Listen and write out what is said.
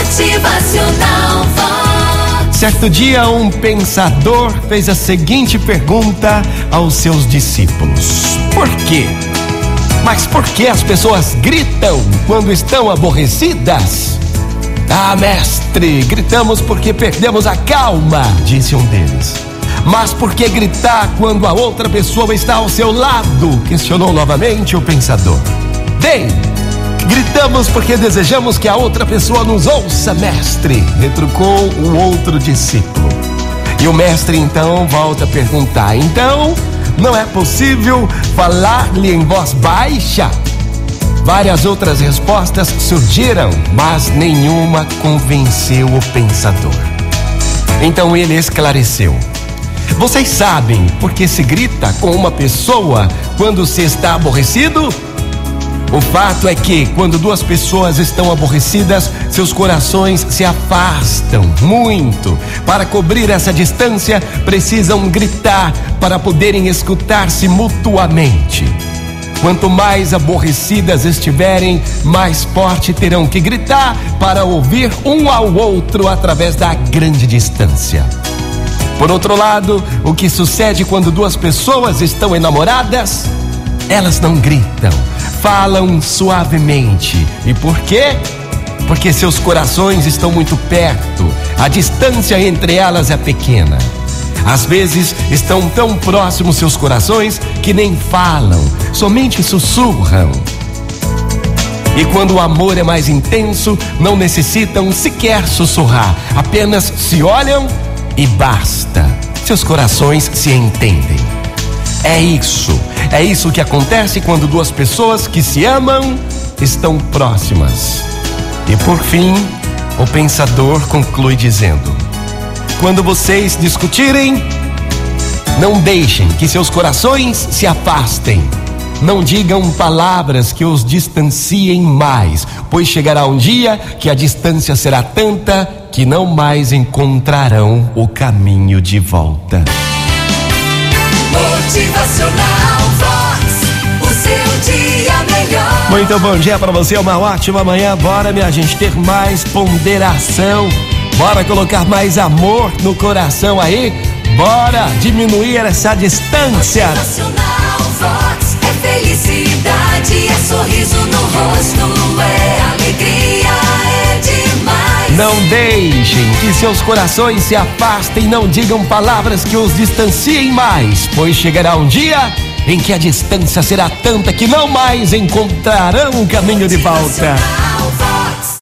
Motivacional Vox. Certo dia, um pensador fez a seguinte pergunta aos seus discípulos: por quê? Mas por que as pessoas gritam quando estão aborrecidas? Ah, mestre, gritamos porque perdemos a calma, disse um deles. Mas por que gritar quando a outra pessoa está ao seu lado? Questionou novamente o pensador. Bem, gritamos porque desejamos que a outra pessoa nos ouça, mestre, retrucou o outro discípulo. E o mestre então volta a perguntar: então, não é possível falar-lhe em voz baixa? Várias outras respostas surgiram, mas nenhuma convenceu o pensador. Então ele esclareceu: vocês sabem por que se grita com uma pessoa quando se está aborrecido? O fato é que, quando duas pessoas estão aborrecidas, seus corações se afastam muito. Para cobrir essa distância, precisam gritar para poderem escutar-se mutuamente. Quanto mais aborrecidas estiverem, mais forte terão que gritar para ouvir um ao outro através da grande distância. Por outro lado, o que sucede quando duas pessoas estão enamoradas? Elas não gritam, falam suavemente. E por quê? Porque seus corações estão muito perto. A distância entre elas é pequena. Às vezes estão tão próximos seus corações que nem falam, somente sussurram. E quando o amor é mais intenso, não necessitam sequer sussurrar, apenas se olham e basta. Seus corações se entendem. É isso que acontece quando duas pessoas que se amam estão próximas. E por fim, o pensador conclui dizendo: quando vocês discutirem, não deixem que seus corações se afastem. Não digam palavras que os distanciem mais, pois chegará um dia que a distância será tanta que não mais encontrarão o caminho de volta. Motivacional Vox, o seu dia melhor. Muito bom dia pra você, uma ótima manhã. Bora, minha gente, ter mais ponderação. Bora colocar mais amor no coração aí. Bora diminuir essa distância. Motivacional Vox é felicidade, é sorriso no rosto, é alegria, é demais. Não deixem que seus corações se afastem, não digam palavras que os distanciem mais, pois chegará um dia em que a distância será tanta que não mais encontrarão o caminho de volta.